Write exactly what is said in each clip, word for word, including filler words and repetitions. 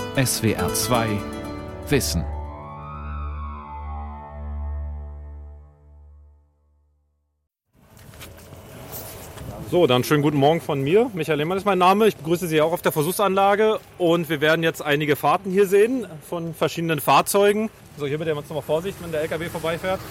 S W R zwei Wissen. So, dann schönen guten Morgen von mir. Michael Lehmann ist mein Name. Ich begrüße Sie auch auf der Versuchsanlage. Und wir werden jetzt einige Fahrten hier sehen von verschiedenen Fahrzeugen. So, hier bitte jetzt nochmal Vorsicht, wenn der L K W vorbeifährt.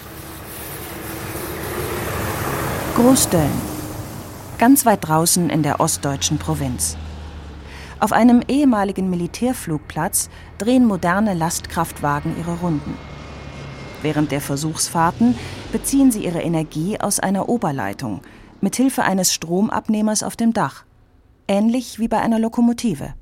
Großdölln. Ganz weit draußen in der ostdeutschen Provinz. Auf einem ehemaligen Militärflugplatz drehen moderne Lastkraftwagen ihre Runden. Während der Versuchsfahrten beziehen sie ihre Energie aus einer Oberleitung, mithilfe eines Stromabnehmers auf dem Dach. Ähnlich wie bei einer Lokomotive.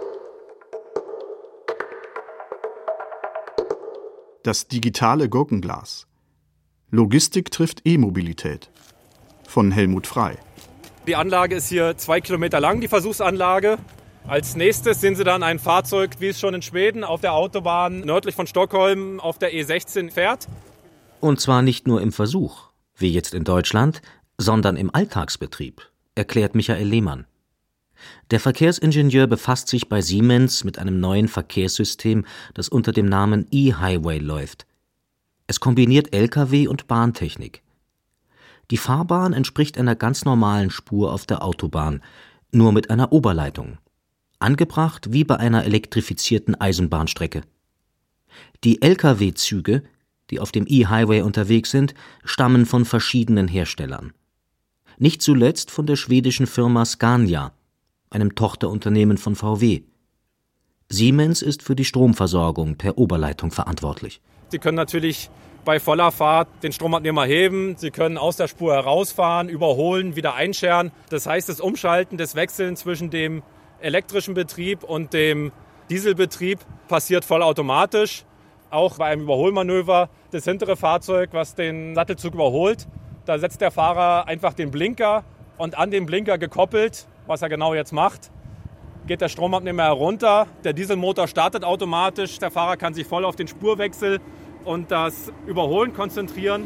Das digitale Gurkenglas. Logistik trifft E-Mobilität. Von Helmut Frey. Die Anlage ist hier zwei Kilometer lang, die Versuchsanlage. Als nächstes sehen Sie dann ein Fahrzeug, wie es schon in Schweden auf der Autobahn nördlich von Stockholm auf der E sechzehn fährt. Und zwar nicht nur im Versuch, wie jetzt in Deutschland, sondern im Alltagsbetrieb, erklärt Michael Lehmann. Der Verkehrsingenieur befasst sich bei Siemens mit einem neuen Verkehrssystem, das unter dem Namen E-Highway läuft. Es kombiniert L K W und Bahntechnik. Die Fahrbahn entspricht einer ganz normalen Spur auf der Autobahn, nur mit einer Oberleitung. Angebracht wie bei einer elektrifizierten Eisenbahnstrecke. Die L K W-Züge, die auf dem E-Highway unterwegs sind, stammen von verschiedenen Herstellern. Nicht zuletzt von der schwedischen Firma Scania, einem Tochterunternehmen von V W. Siemens ist für die Stromversorgung per Oberleitung verantwortlich. Sie können natürlich bei voller Fahrt den Stromabnehmer heben, Sie können aus der Spur herausfahren, überholen, wieder einscheren. Das heißt, das Umschalten, das Wechseln zwischen dem elektrischen Betrieb und dem Dieselbetrieb passiert vollautomatisch. Auch bei einem Überholmanöver, das hintere Fahrzeug, was den Sattelzug überholt, da setzt der Fahrer einfach den Blinker und an den Blinker gekoppelt, was er genau jetzt macht, geht der Stromabnehmer herunter, der Dieselmotor startet automatisch, der Fahrer kann sich voll auf den Spurwechsel und das Überholen konzentrieren.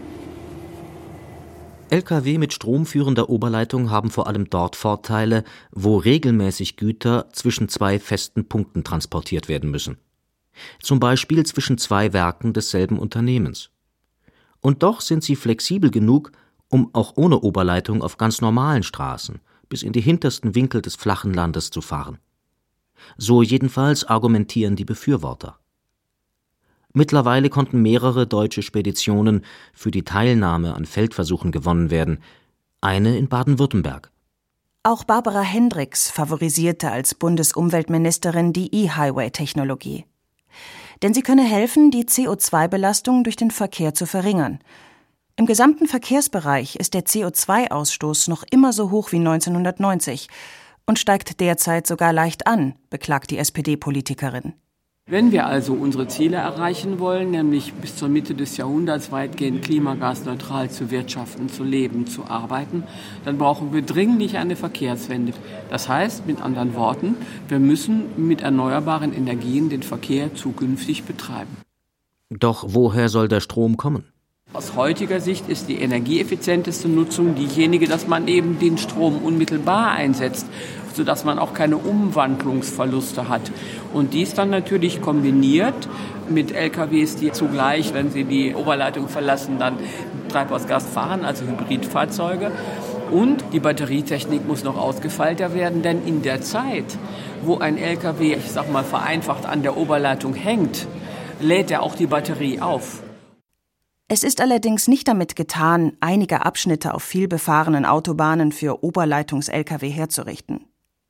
L K W mit stromführender Oberleitung haben vor allem dort Vorteile, wo regelmäßig Güter zwischen zwei festen Punkten transportiert werden müssen. Zum Beispiel zwischen zwei Werken desselben Unternehmens. Und doch sind sie flexibel genug, um auch ohne Oberleitung auf ganz normalen Straßen bis in die hintersten Winkel des flachen Landes zu fahren. So jedenfalls argumentieren die Befürworter. Mittlerweile konnten mehrere deutsche Speditionen für die Teilnahme an Feldversuchen gewonnen werden, eine in Baden-Württemberg. Auch Barbara Hendricks favorisierte als Bundesumweltministerin die E-Highway-Technologie. Denn sie könne helfen, die C O zwei Belastung durch den Verkehr zu verringern. Im gesamten Verkehrsbereich ist der C O zwei Ausstoß noch immer so hoch wie neunzehnhundertneunzig und steigt derzeit sogar leicht an, beklagt die S P D-Politikerin. Wenn wir also unsere Ziele erreichen wollen, nämlich bis zur Mitte des Jahrhunderts weitgehend klimagasneutral zu wirtschaften, zu leben, zu arbeiten, dann brauchen wir dringlich eine Verkehrswende. Das heißt, mit anderen Worten, wir müssen mit erneuerbaren Energien den Verkehr zukünftig betreiben. Doch woher soll der Strom kommen? Aus heutiger Sicht ist die energieeffizienteste Nutzung diejenige, dass man eben den Strom unmittelbar einsetzt, sodass man auch keine Umwandlungsverluste hat. Und dies dann natürlich kombiniert mit L K Ws, die zugleich, wenn sie die Oberleitung verlassen, dann Treibhausgas fahren, also Hybridfahrzeuge. Und die Batterietechnik muss noch ausgefeilter werden, denn in der Zeit, wo ein L K W, ich sag mal vereinfacht, an der Oberleitung hängt, lädt er auch die Batterie auf. Es ist allerdings nicht damit getan, einige Abschnitte auf vielbefahrenen Autobahnen für Oberleitungs-L K W herzurichten.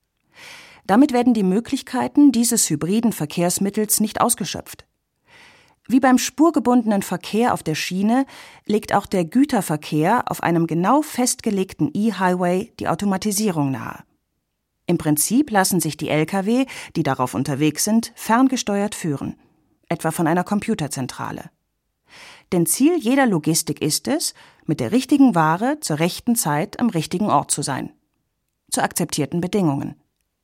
Damit werden die Möglichkeiten dieses hybriden Verkehrsmittels nicht ausgeschöpft. Wie beim spurgebundenen Verkehr auf der Schiene legt auch der Güterverkehr auf einem genau festgelegten E-Highway die Automatisierung nahe. Im Prinzip lassen sich die L K W, die darauf unterwegs sind, ferngesteuert führen, etwa von einer Computerzentrale. Denn Ziel jeder Logistik ist es, mit der richtigen Ware zur rechten Zeit am richtigen Ort zu sein. Zu akzeptierten Bedingungen.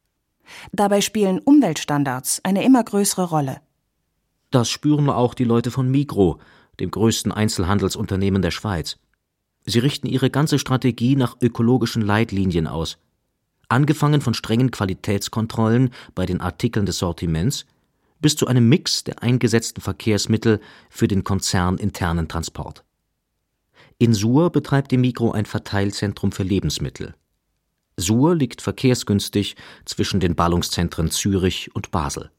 Dabei spielen Umweltstandards eine immer größere Rolle. Das spüren auch die Leute von Migros, dem größten Einzelhandelsunternehmen der Schweiz. Sie richten ihre ganze Strategie nach ökologischen Leitlinien aus. Angefangen von strengen Qualitätskontrollen bei den Artikeln des Sortiments bis zu einem Mix der eingesetzten Verkehrsmittel für den konzerninternen Transport. In Suhr betreibt die Migros ein Verteilzentrum für Lebensmittel. Suhr liegt verkehrsgünstig zwischen den Ballungszentren Zürich und Basel.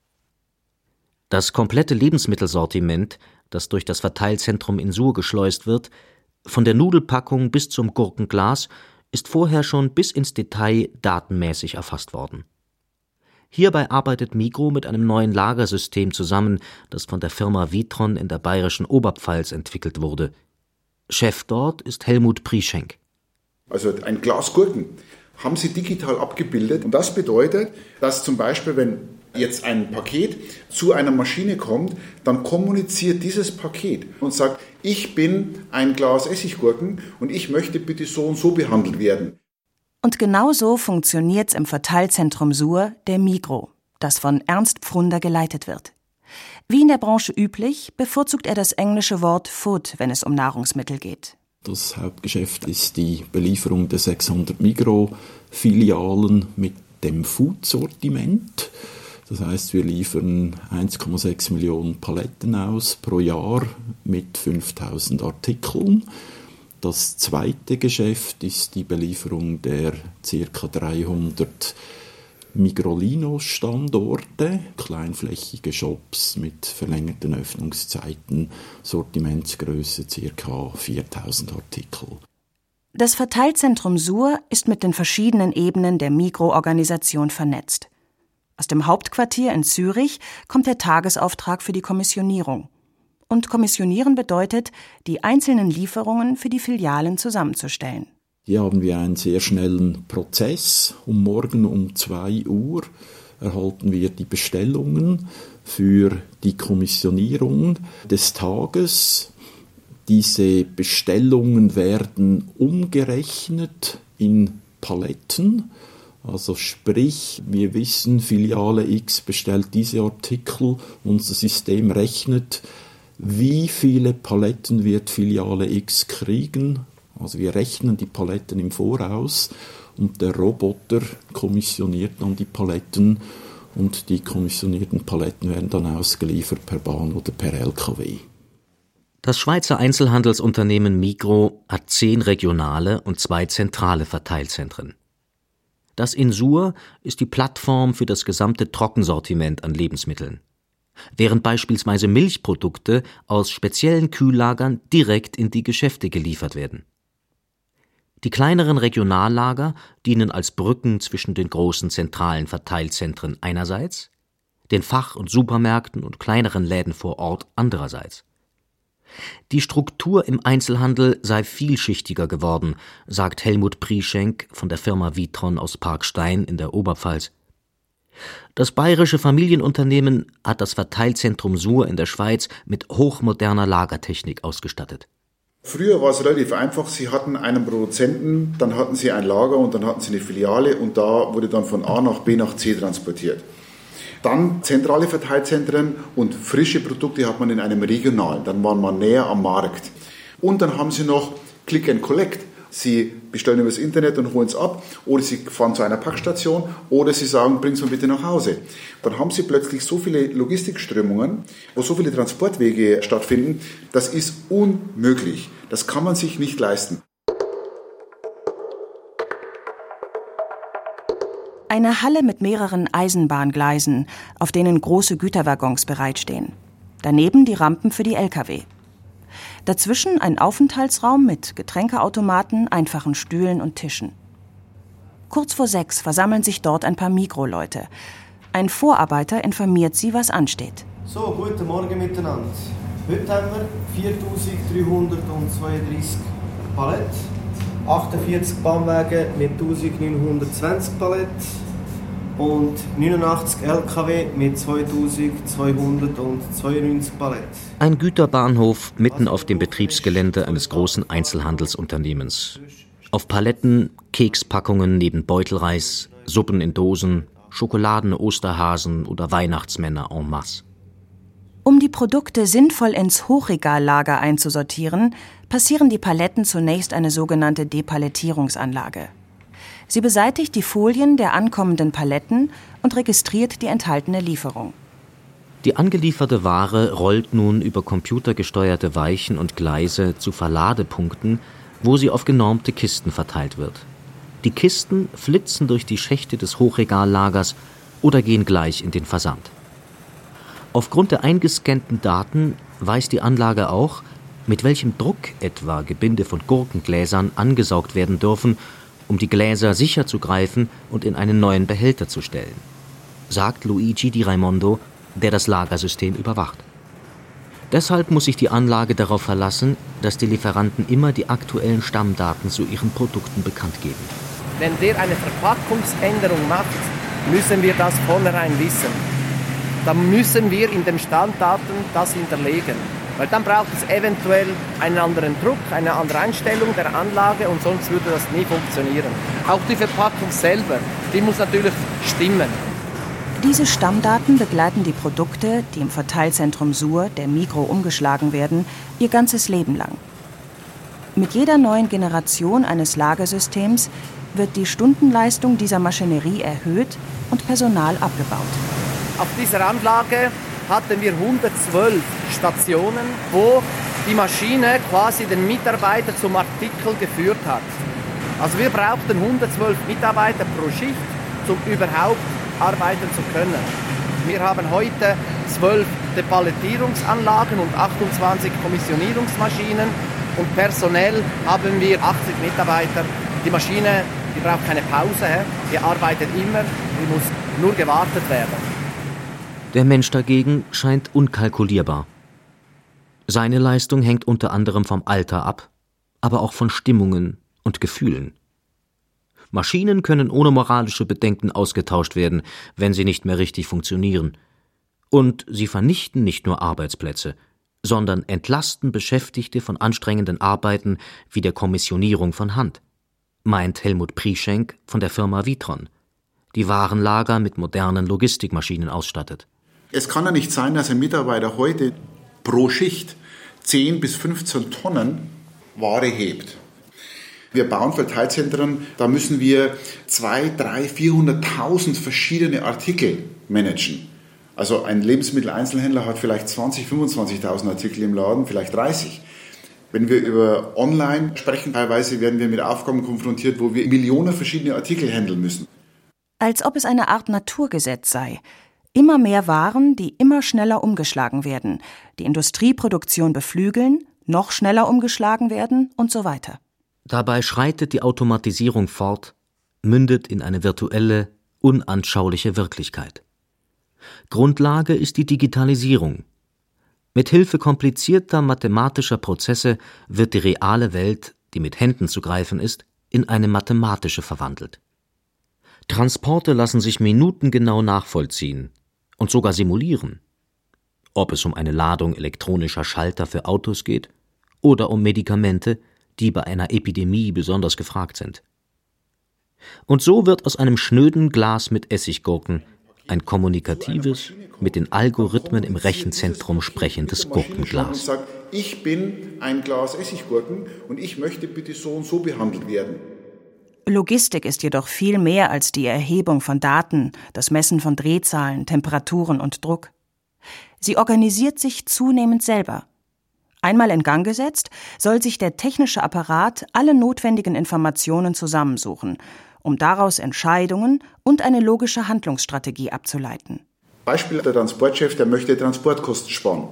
Das komplette Lebensmittelsortiment, das durch das Verteilzentrum in Suhr geschleust wird, von der Nudelpackung bis zum Gurkenglas, ist vorher schon bis ins Detail datenmäßig erfasst worden. Hierbei arbeitet Migros mit einem neuen Lagersystem zusammen, das von der Firma Witron in der bayerischen Oberpfalz entwickelt wurde. Chef dort ist Helmut Prieschenk. Also ein Glas Gurken haben sie digital abgebildet. Und das bedeutet, dass zum Beispiel, wenn jetzt ein Paket zu einer Maschine kommt, dann kommuniziert dieses Paket und sagt, ich bin ein Glas Essiggurken und ich möchte bitte so und so behandelt werden. Und genau so funktioniert's im Verteilzentrum Suhr der Migros, das von Ernst Pfrunder geleitet wird. Wie in der Branche üblich, bevorzugt er das englische Wort Food, wenn es um Nahrungsmittel geht. Das Hauptgeschäft ist die Belieferung der sechshundert Migros-Filialen mit dem Food-Sortiment. Das heißt, wir liefern eins Komma sechs Millionen Paletten aus pro Jahr mit fünftausend Artikeln. Das zweite Geschäft ist die Belieferung der ca. dreihundert Migrolino-Standorte, kleinflächige Shops mit verlängerten Öffnungszeiten, Sortimentsgröße ca. viertausend Artikel. Das Verteilzentrum Suhr ist mit den verschiedenen Ebenen der Migros-Organisation vernetzt. Aus dem Hauptquartier in Zürich kommt der Tagesauftrag für die Kommissionierung. Und kommissionieren bedeutet, die einzelnen Lieferungen für die Filialen zusammenzustellen. Hier haben wir einen sehr schnellen Prozess. Um morgen um zwei Uhr erhalten wir die Bestellungen für die Kommissionierung des Tages. Diese Bestellungen werden umgerechnet in Paletten. Also sprich, wir wissen, Filiale X bestellt diese Artikel, unser System rechnet, wie viele Paletten wird Filiale X kriegen. Also wir rechnen die Paletten im Voraus und der Roboter kommissioniert dann die Paletten und die kommissionierten Paletten werden dann ausgeliefert per Bahn oder per L K W. Das Schweizer Einzelhandelsunternehmen Migros hat zehn regionale und zwei zentrale Verteilzentren. Das in Suhr ist die Plattform für das gesamte Trockensortiment an Lebensmitteln, während beispielsweise Milchprodukte aus speziellen Kühllagern direkt in die Geschäfte geliefert werden. Die kleineren Regionallager dienen als Brücken zwischen den großen zentralen Verteilzentren einerseits, den Fach- und Supermärkten und kleineren Läden vor Ort andererseits. Die Struktur im Einzelhandel sei vielschichtiger geworden, sagt Helmut Prieschenk von der Firma Witron aus Parkstein in der Oberpfalz. Das bayerische Familienunternehmen hat das Verteilzentrum Suhr in der Schweiz mit hochmoderner Lagertechnik ausgestattet. Früher war es relativ einfach, Sie hatten einen Produzenten, dann hatten Sie ein Lager und dann hatten Sie eine Filiale und da wurde dann von A nach B nach C transportiert. Dann zentrale Verteilzentren und frische Produkte hat man in einem regionalen, dann war man näher am Markt. Und dann haben Sie noch Click and Collect. Sie bestellen über das Internet und holen es ab oder Sie fahren zu einer Packstation oder Sie sagen, bring es mir bitte nach Hause. Dann haben Sie plötzlich so viele Logistikströmungen, wo so viele Transportwege stattfinden, das ist unmöglich. Das kann man sich nicht leisten. Eine Halle mit mehreren Eisenbahngleisen, auf denen große Güterwaggons bereitstehen. Daneben die Rampen für die L K W. Dazwischen ein Aufenthaltsraum mit Getränkeautomaten, einfachen Stühlen und Tischen. Kurz vor sechs versammeln sich dort ein paar Migros-Leute. Ein Vorarbeiter informiert sie, was ansteht. So, guten Morgen miteinander. Heute haben wir viertausenddreihundertzweiunddreißig Paletten, achtundvierzig Bahnwagen mit eintausendneunhundertzwanzig Paletten und neunundachtzig L K W mit zweitausendzweihundertzweiundneunzig Paletten. Ein Güterbahnhof mitten auf dem Betriebsgelände eines großen Einzelhandelsunternehmens. Auf Paletten Kekspackungen neben Beutelreis, Suppen in Dosen, Schokoladen, Osterhasen oder Weihnachtsmänner en masse. Um die Produkte sinnvoll ins Hochregallager einzusortieren, passieren die Paletten zunächst eine sogenannte Depalettierungsanlage. Sie beseitigt die Folien der ankommenden Paletten und registriert die enthaltene Lieferung. Die angelieferte Ware rollt nun über computergesteuerte Weichen und Gleise zu Verladepunkten, wo sie auf genormte Kisten verteilt wird. Die Kisten flitzen durch die Schächte des Hochregallagers oder gehen gleich in den Versand. Aufgrund der eingescannten Daten weiß die Anlage auch, mit welchem Druck etwa Gebinde von Gurkengläsern angesaugt werden dürfen, um die Gläser sicher zu greifen und in einen neuen Behälter zu stellen, sagt Luigi Di Raimondo, der das Lagersystem überwacht. Deshalb muss sich die Anlage darauf verlassen, dass die Lieferanten immer die aktuellen Stammdaten zu ihren Produkten bekannt geben. Wenn der eine Verpackungsänderung macht, müssen wir das vornherein wissen. Dann müssen wir in den Stammdaten das hinterlegen. Weil dann braucht es eventuell einen anderen Druck, eine andere Einstellung der Anlage und sonst würde das nie funktionieren. Auch die Verpackung selber, die muss natürlich stimmen. Diese Stammdaten begleiten die Produkte, die im Verteilzentrum Sur, der Migro, umgeschlagen werden, ihr ganzes Leben lang. Mit jeder neuen Generation eines Lagersystems wird die Stundenleistung dieser Maschinerie erhöht und Personal abgebaut. Auf dieser Anlage hatten wir hundertzwölf Stationen, wo die Maschine quasi den Mitarbeiter zum Artikel geführt hat. Also wir brauchten hundertzwölf Mitarbeiter pro Schicht, um überhaupt arbeiten zu können. Wir haben heute zwölf Depalettierungsanlagen und achtundzwanzig Kommissionierungsmaschinen und personell haben wir achtzig Mitarbeiter. Die Maschine, die braucht keine Pause, die arbeitet immer, die muss nur gewartet werden. Der Mensch dagegen scheint unkalkulierbar. Seine Leistung hängt unter anderem vom Alter ab, aber auch von Stimmungen und Gefühlen. Maschinen können ohne moralische Bedenken ausgetauscht werden, wenn sie nicht mehr richtig funktionieren. Und sie vernichten nicht nur Arbeitsplätze, sondern entlasten Beschäftigte von anstrengenden Arbeiten wie der Kommissionierung von Hand, meint Helmut Prieschenk von der Firma Witron, die Warenlager mit modernen Logistikmaschinen ausstattet. Es kann ja nicht sein, dass ein Mitarbeiter heute pro Schicht zehn bis fünfzehn Tonnen Ware hebt. Wir bauen Verteilzentren, da müssen wir zweihundert, dreihundert, vierhunderttausend verschiedene Artikel managen. Also ein Lebensmitteleinzelhändler hat vielleicht zwanzigtausend, fünfundzwanzigtausend Artikel im Laden, vielleicht dreißig. Wenn wir über Online sprechen, teilweise werden wir mit Aufgaben konfrontiert, wo wir Millionen verschiedene Artikel handeln müssen. Als ob es eine Art Naturgesetz sei. Immer mehr Waren, die immer schneller umgeschlagen werden, die Industrieproduktion beflügeln, noch schneller umgeschlagen werden und so weiter. Dabei schreitet die Automatisierung fort, mündet in eine virtuelle, unanschauliche Wirklichkeit. Grundlage ist die Digitalisierung. Mit Hilfe komplizierter mathematischer Prozesse wird die reale Welt, die mit Händen zu greifen ist, in eine mathematische verwandelt. Transporte lassen sich minutengenau nachvollziehen und sogar simulieren, ob es um eine Ladung elektronischer Schalter für Autos geht oder um Medikamente, die bei einer Epidemie besonders gefragt sind. Und so wird aus einem schnöden Glas mit Essiggurken ein kommunikatives, mit den Algorithmen im Rechenzentrum sprechendes Gurkenglas. Und sagt, ich bin ein Glas Essiggurken und ich möchte bitte so und so behandelt werden. Logistik ist jedoch viel mehr als die Erhebung von Daten, das Messen von Drehzahlen, Temperaturen und Druck. Sie organisiert sich zunehmend selber. Einmal in Gang gesetzt, soll sich der technische Apparat alle notwendigen Informationen zusammensuchen, um daraus Entscheidungen und eine logische Handlungsstrategie abzuleiten. Beispiel der Transportchef, der möchte Transportkosten sparen.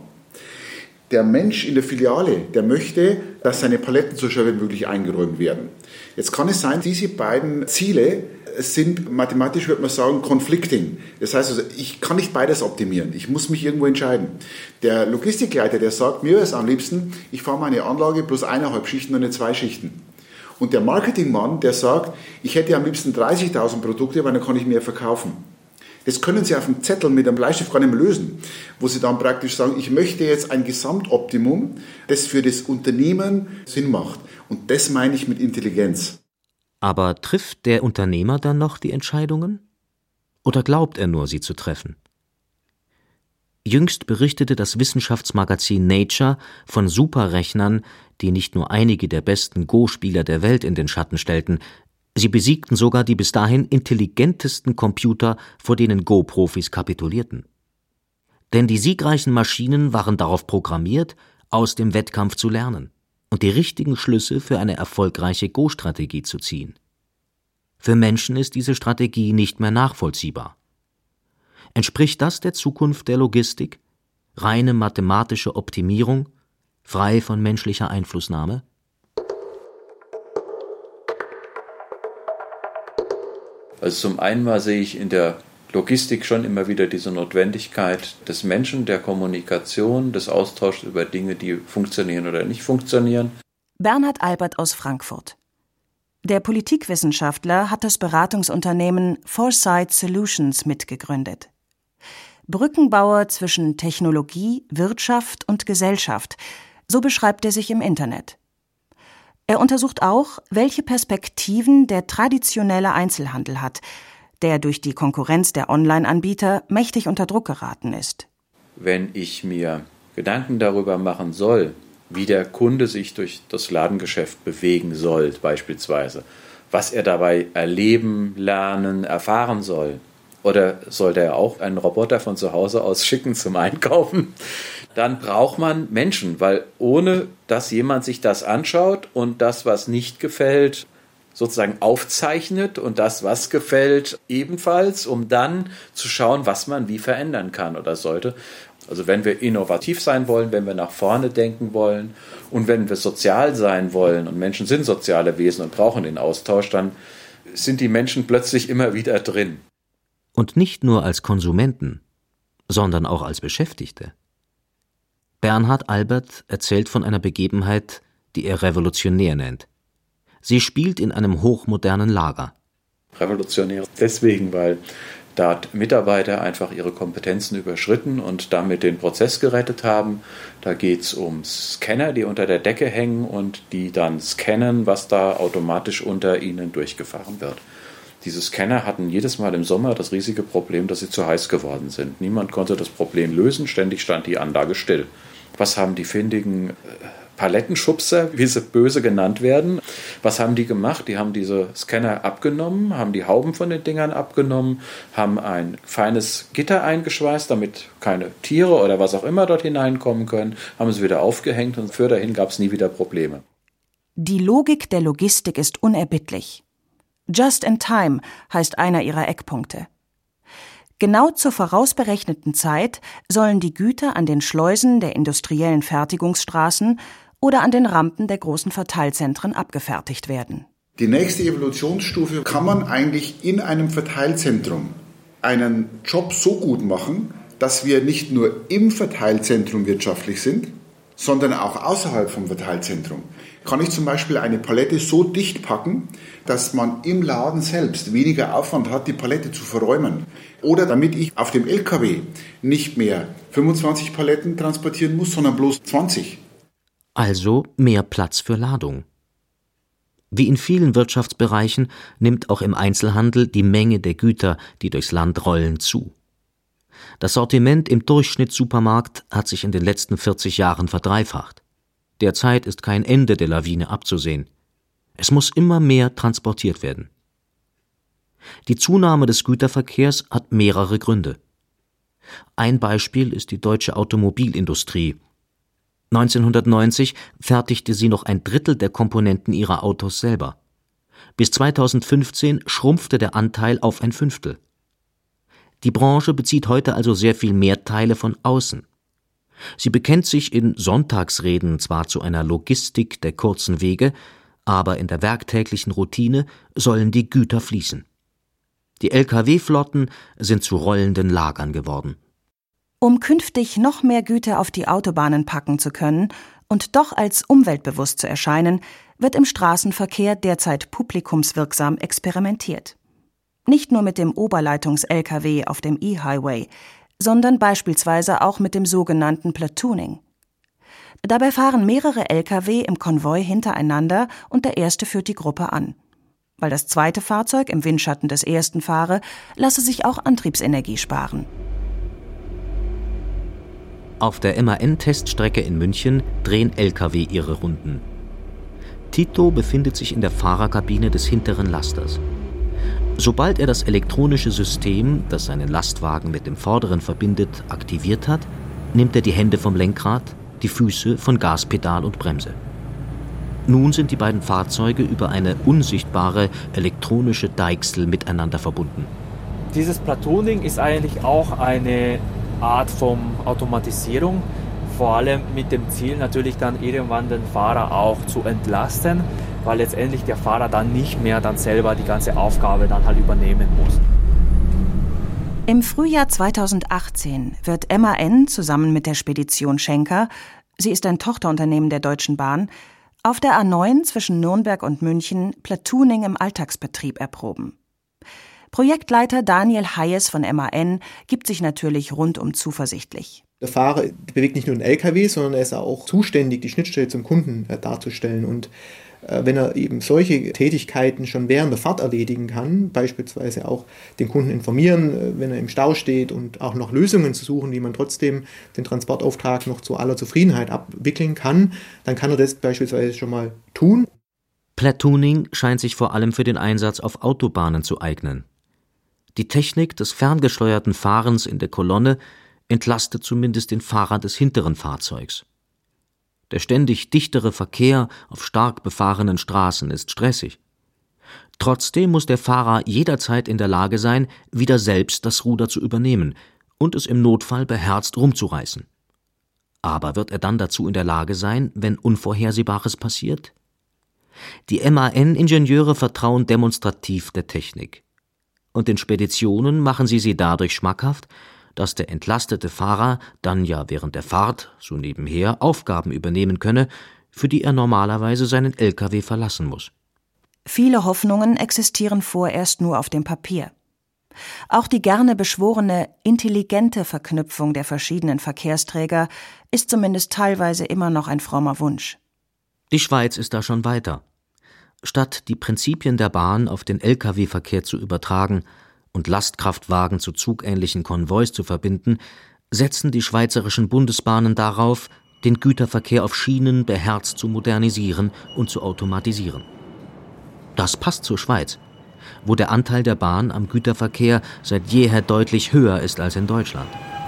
Der Mensch in der Filiale, der möchte, dass seine Paletten so schnell wie möglich eingeräumt werden. Jetzt kann es sein, diese beiden Ziele sind mathematisch, würde man sagen, conflicting. Das heißt also, ich kann nicht beides optimieren. Ich muss mich irgendwo entscheiden. Der Logistikleiter, der sagt, mir ist am liebsten, ich fahre meine Anlage plus eineinhalb Schichten und nicht zwei Schichten. Und der Marketingmann, der sagt, ich hätte am liebsten dreißigtausend Produkte, weil dann kann ich mehr verkaufen. Das können Sie auf dem Zettel mit einem Bleistift gar nicht mehr lösen, wo Sie dann praktisch sagen, ich möchte jetzt ein Gesamtoptimum, das für das Unternehmen Sinn macht. Und das meine ich mit Intelligenz. Aber trifft der Unternehmer dann noch die Entscheidungen? Oder glaubt er nur, sie zu treffen? Jüngst berichtete das Wissenschaftsmagazin Nature von Superrechnern, die nicht nur einige der besten Go-Spieler der Welt in den Schatten stellten, sie besiegten sogar die bis dahin intelligentesten Computer, vor denen Go-Profis kapitulierten. Denn die siegreichen Maschinen waren darauf programmiert, aus dem Wettkampf zu lernen und die richtigen Schlüsse für eine erfolgreiche Go-Strategie zu ziehen. Für Menschen ist diese Strategie nicht mehr nachvollziehbar. Entspricht das der Zukunft der Logistik? Reine mathematische Optimierung, frei von menschlicher Einflussnahme? Also zum einen mal sehe ich in der Logistik schon immer wieder diese Notwendigkeit des Menschen, der Kommunikation, des Austauschs über Dinge, die funktionieren oder nicht funktionieren. Bernhard Albert aus Frankfurt. Der Politikwissenschaftler hat das Beratungsunternehmen Foresight Solutions mitgegründet. Brückenbauer zwischen Technologie, Wirtschaft und Gesellschaft, so beschreibt er sich im Internet. Er untersucht auch, welche Perspektiven der traditionelle Einzelhandel hat, der durch die Konkurrenz der Online-Anbieter mächtig unter Druck geraten ist. Wenn ich mir Gedanken darüber machen soll, wie der Kunde sich durch das Ladengeschäft bewegen soll, beispielsweise, was er dabei erleben, lernen, erfahren soll, oder soll der auch einen Roboter von zu Hause aus schicken zum Einkaufen, dann braucht man Menschen, weil ohne dass jemand sich das anschaut und das, was nicht gefällt, sozusagen aufzeichnet und das, was gefällt, ebenfalls, um dann zu schauen, was man wie verändern kann oder sollte. Also wenn wir innovativ sein wollen, wenn wir nach vorne denken wollen und wenn wir sozial sein wollen, und Menschen sind soziale Wesen und brauchen den Austausch, dann sind die Menschen plötzlich immer wieder drin. Und nicht nur als Konsumenten, sondern auch als Beschäftigte. Bernhard Albert erzählt von einer Begebenheit, die er revolutionär nennt. Sie spielt in einem hochmodernen Lager. Revolutionär deswegen, weil da Mitarbeiter einfach ihre Kompetenzen überschritten und damit den Prozess gerettet haben. Da geht es um Scanner, die unter der Decke hängen und die dann scannen, was da automatisch unter ihnen durchgefahren wird. Diese Scanner hatten jedes Mal im Sommer das riesige Problem, dass sie zu heiß geworden sind. Niemand konnte das Problem lösen, ständig stand die Anlage still. Was haben die findigen Palettenschubser, wie sie böse genannt werden, was haben die gemacht? Die haben diese Scanner abgenommen, haben die Hauben von den Dingern abgenommen, haben ein feines Gitter eingeschweißt, damit keine Tiere oder was auch immer dort hineinkommen können, haben sie wieder aufgehängt und für dahin gab es nie wieder Probleme. Die Logik der Logistik ist unerbittlich. Just in time heißt einer ihrer Eckpunkte. Genau zur vorausberechneten Zeit sollen die Güter an den Schleusen der industriellen Fertigungsstraßen oder an den Rampen der großen Verteilzentren abgefertigt werden. Die nächste Evolutionsstufe kann man eigentlich in einem Verteilzentrum einen Job so gut machen, dass wir nicht nur im Verteilzentrum wirtschaftlich sind, sondern auch außerhalb vom Verteilzentrum. Kann ich zum Beispiel eine Palette so dicht packen, dass man im Laden selbst weniger Aufwand hat, die Palette zu verräumen. Oder damit ich auf dem L K W nicht mehr fünfundzwanzig Paletten transportieren muss, sondern bloß zwanzig. Also mehr Platz für Ladung. Wie in vielen Wirtschaftsbereichen nimmt auch im Einzelhandel die Menge der Güter, die durchs Land rollen, zu. Das Sortiment im Durchschnittssupermarkt hat sich in den letzten vierzig Jahren verdreifacht. Derzeit ist kein Ende der Lawine abzusehen. Es muss immer mehr transportiert werden. Die Zunahme des Güterverkehrs hat mehrere Gründe. Ein Beispiel ist die deutsche Automobilindustrie. neunzehnhundertneunzig fertigte sie noch ein Drittel der Komponenten ihrer Autos selber. Bis zweitausendfünfzehn schrumpfte der Anteil auf ein Fünftel. Die Branche bezieht heute also sehr viel mehr Teile von außen. Sie bekennt sich in Sonntagsreden zwar zu einer Logistik der kurzen Wege, aber in der werktäglichen Routine sollen die Güter fließen. Die L K W-Flotten sind zu rollenden Lagern geworden. Um künftig noch mehr Güter auf die Autobahnen packen zu können und doch als umweltbewusst zu erscheinen, wird im Straßenverkehr derzeit publikumswirksam experimentiert. Nicht nur mit dem Oberleitungs-L K W auf dem E-Highway, sondern beispielsweise auch mit dem sogenannten Platooning. Dabei fahren mehrere L K W im Konvoi hintereinander und der erste führt die Gruppe an. Weil das zweite Fahrzeug im Windschatten des ersten fahre, lasse sich auch Antriebsenergie sparen. Auf der M A N-Teststrecke in München drehen L K W ihre Runden. Tito befindet sich in der Fahrerkabine des hinteren Lasters. Sobald er das elektronische System, das seinen Lastwagen mit dem Vorderen verbindet, aktiviert hat, nimmt er die Hände vom Lenkrad, die Füße von Gaspedal und Bremse. Nun sind die beiden Fahrzeuge über eine unsichtbare elektronische Deichsel miteinander verbunden. Dieses Platooning ist eigentlich auch eine Art von Automatisierung, vor allem mit dem Ziel natürlich dann irgendwann den Fahrer auch zu entlasten, weil letztendlich der Fahrer dann nicht mehr dann selber die ganze Aufgabe dann halt übernehmen muss. Im Frühjahr zweitausendachtzehn wird M A N zusammen mit der Spedition Schenker, sie ist ein Tochterunternehmen der Deutschen Bahn, auf der A neun zwischen Nürnberg und München Platooning im Alltagsbetrieb erproben. Projektleiter Daniel Hayes von M A N gibt sich natürlich rundum zuversichtlich. Der Fahrer bewegt nicht nur den L K W, sondern er ist auch zuständig, die Schnittstelle zum Kunden darzustellen. Und wenn er eben solche Tätigkeiten schon während der Fahrt erledigen kann, beispielsweise auch den Kunden informieren, wenn er im Stau steht und auch noch Lösungen zu suchen, wie man trotzdem den Transportauftrag noch zu aller Zufriedenheit abwickeln kann, dann kann er das beispielsweise schon mal tun. Platooning scheint sich vor allem für den Einsatz auf Autobahnen zu eignen. Die Technik des ferngesteuerten Fahrens in der Kolonne entlastet zumindest den Fahrer des hinteren Fahrzeugs. Der ständig dichtere Verkehr auf stark befahrenen Straßen ist stressig. Trotzdem muss der Fahrer jederzeit in der Lage sein, wieder selbst das Ruder zu übernehmen und es im Notfall beherzt rumzureißen. Aber wird er dann dazu in der Lage sein, wenn Unvorhersehbares passiert? Die M A N-Ingenieure vertrauen demonstrativ der Technik. Und den Speditionen machen sie sie dadurch schmackhaft, dass der entlastete Fahrer dann ja während der Fahrt, so nebenher, Aufgaben übernehmen könne, für die er normalerweise seinen L K W verlassen muss. Viele Hoffnungen existieren vorerst nur auf dem Papier. Auch die gerne beschworene intelligente Verknüpfung der verschiedenen Verkehrsträger ist zumindest teilweise immer noch ein frommer Wunsch. Die Schweiz ist da schon weiter. Statt die Prinzipien der Bahn auf den L K W-Verkehr zu übertragen und Lastkraftwagen zu zugähnlichen Konvois zu verbinden, setzen die schweizerischen Bundesbahnen darauf, den Güterverkehr auf Schienen beherzt zu modernisieren und zu automatisieren. Das passt zur Schweiz, wo der Anteil der Bahn am Güterverkehr seit jeher deutlich höher ist als in Deutschland.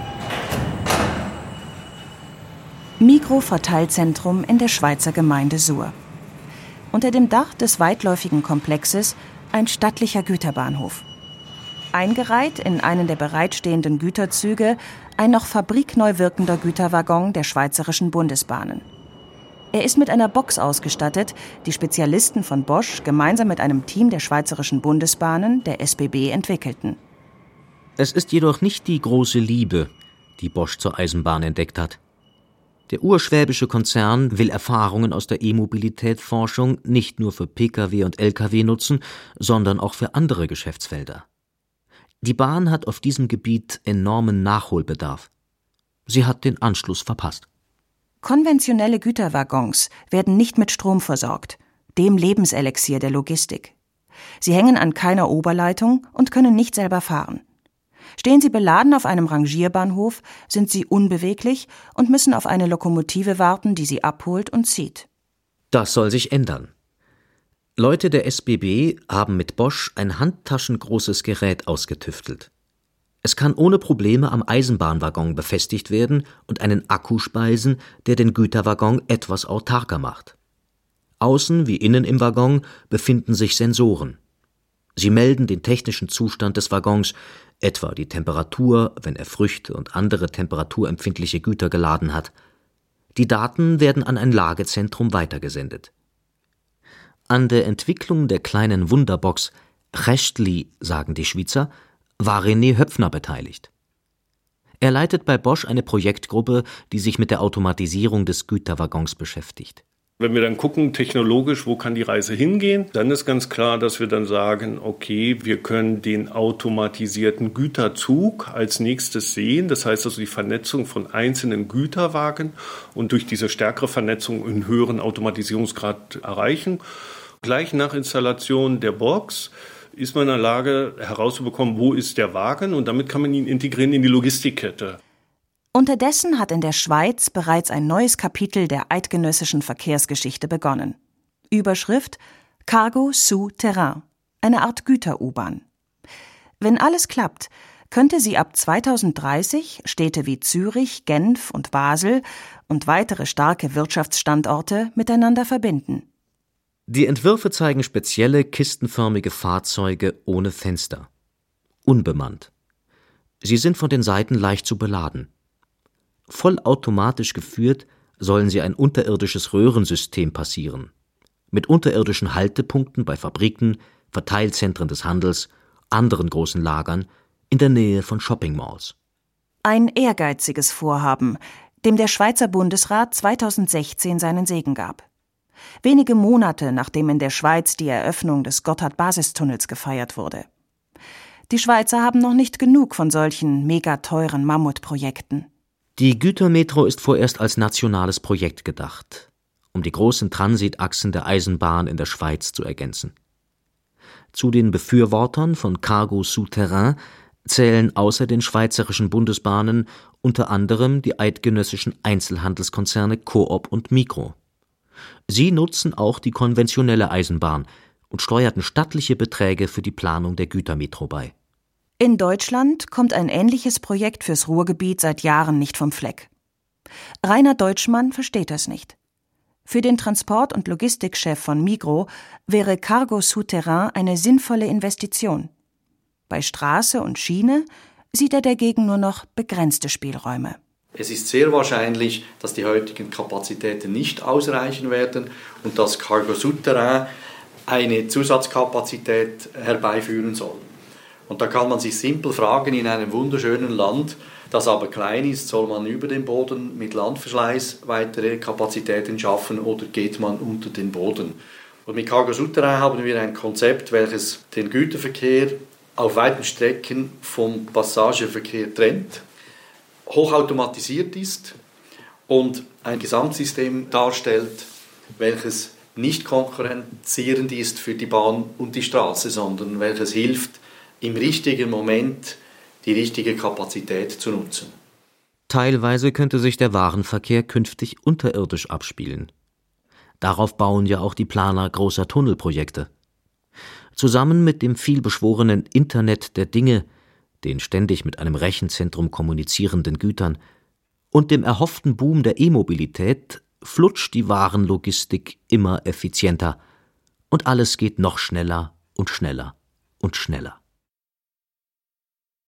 Mikroverteilzentrum in der Schweizer Gemeinde Suhr. Unter dem Dach des weitläufigen Komplexes ein stattlicher Güterbahnhof. Eingereiht in einen der bereitstehenden Güterzüge ein noch fabrikneu wirkender Güterwaggon der Schweizerischen Bundesbahnen. Er ist mit einer Box ausgestattet, die Spezialisten von Bosch gemeinsam mit einem Team der Schweizerischen Bundesbahnen, der S B B, entwickelten. Es ist jedoch nicht die große Liebe, die Bosch zur Eisenbahn entdeckt hat. Der urschwäbische Konzern will Erfahrungen aus der E-Mobilitätsforschung nicht nur für Pkw und L K W nutzen, sondern auch für andere Geschäftsfelder. Die Bahn hat auf diesem Gebiet enormen Nachholbedarf. Sie hat den Anschluss verpasst. Konventionelle Güterwaggons werden nicht mit Strom versorgt, dem Lebenselixier der Logistik. Sie hängen an keiner Oberleitung und können nicht selber fahren. Stehen sie beladen auf einem Rangierbahnhof, sind sie unbeweglich und müssen auf eine Lokomotive warten, die sie abholt und zieht. Das soll sich ändern. Leute der S B B haben mit Bosch ein handtaschengroßes Gerät ausgetüftelt. Es kann ohne Probleme am Eisenbahnwaggon befestigt werden und einen Akku speisen, der den Güterwaggon etwas autarker macht. Außen wie innen im Waggon befinden sich Sensoren. Sie melden den technischen Zustand des Waggons, etwa die Temperatur, wenn er Früchte und andere temperaturempfindliche Güter geladen hat. Die Daten werden an ein Lagezentrum weitergesendet. An der Entwicklung der kleinen Wunderbox, Rechtli, sagen die Schweizer, war René Höpfner beteiligt. Er leitet bei Bosch eine Projektgruppe, die sich mit der Automatisierung des Güterwaggons beschäftigt. Wenn wir dann gucken, technologisch, wo kann die Reise hingehen, dann ist ganz klar, dass wir dann sagen, okay, wir können den automatisierten Güterzug als nächstes sehen. Das heißt also die Vernetzung von einzelnen Güterwagen und durch diese stärkere Vernetzung einen höheren Automatisierungsgrad erreichen. Gleich nach Installation der Box ist man in der Lage herauszubekommen, wo ist der Wagen, und damit kann man ihn integrieren in die Logistikkette. Unterdessen hat in der Schweiz bereits ein neues Kapitel der eidgenössischen Verkehrsgeschichte begonnen. Überschrift Cargo sous terrain, eine Art Güter-U-Bahn. Wenn alles klappt, könnte sie ab zweitausenddreißig Städte wie Zürich, Genf und Basel und weitere starke Wirtschaftsstandorte miteinander verbinden. Die Entwürfe zeigen spezielle kistenförmige Fahrzeuge ohne Fenster. Unbemannt. Sie sind von den Seiten leicht zu beladen. Vollautomatisch geführt sollen sie ein unterirdisches Röhrensystem passieren. Mit unterirdischen Haltepunkten bei Fabriken, Verteilzentren des Handels, anderen großen Lagern, in der Nähe von Shoppingmalls. Ein ehrgeiziges Vorhaben, dem der Schweizer Bundesrat zweitausendsechzehn seinen Segen gab. Wenige Monate nachdem in der Schweiz die Eröffnung des Gotthard-Basistunnels gefeiert wurde. Die Schweizer haben noch nicht genug von solchen megateuren Mammutprojekten. Die Gütermetro ist vorerst als nationales Projekt gedacht, um die großen Transitachsen der Eisenbahn in der Schweiz zu ergänzen. Zu den Befürwortern von Cargo Souterrain zählen außer den schweizerischen Bundesbahnen unter anderem die eidgenössischen Einzelhandelskonzerne Coop und Migros. Sie nutzen auch die konventionelle Eisenbahn und steuerten stattliche Beträge für die Planung der Gütermetro bei. In Deutschland kommt ein ähnliches Projekt fürs Ruhrgebiet seit Jahren nicht vom Fleck. Rainer Deutschmann versteht das nicht. Für den Transport- und Logistikchef von Migros wäre Cargo Souterrain eine sinnvolle Investition. Bei Straße und Schiene sieht er dagegen nur noch begrenzte Spielräume. Es ist sehr wahrscheinlich, dass die heutigen Kapazitäten nicht ausreichen werden und dass Cargo Souterrain eine Zusatzkapazität herbeiführen soll. Und da kann man sich simpel fragen, in einem wunderschönen Land, das aber klein ist, soll man über den Boden mit Landverschleiß weitere Kapazitäten schaffen oder geht man unter den Boden? Und mit Cargo Souterrain haben wir ein Konzept, welches den Güterverkehr auf weiten Strecken vom Passagerverkehr trennt, hochautomatisiert ist und ein Gesamtsystem darstellt, welches nicht konkurrenzierend ist für die Bahn und die Straße, sondern welches hilft, im richtigen Moment die richtige Kapazität zu nutzen. Teilweise könnte sich der Warenverkehr künftig unterirdisch abspielen. Darauf bauen ja auch die Planer großer Tunnelprojekte. Zusammen mit dem vielbeschworenen Internet der Dinge, den ständig mit einem Rechenzentrum kommunizierenden Gütern und dem erhofften Boom der E-Mobilität flutscht die Warenlogistik immer effizienter und alles geht noch schneller und schneller und schneller.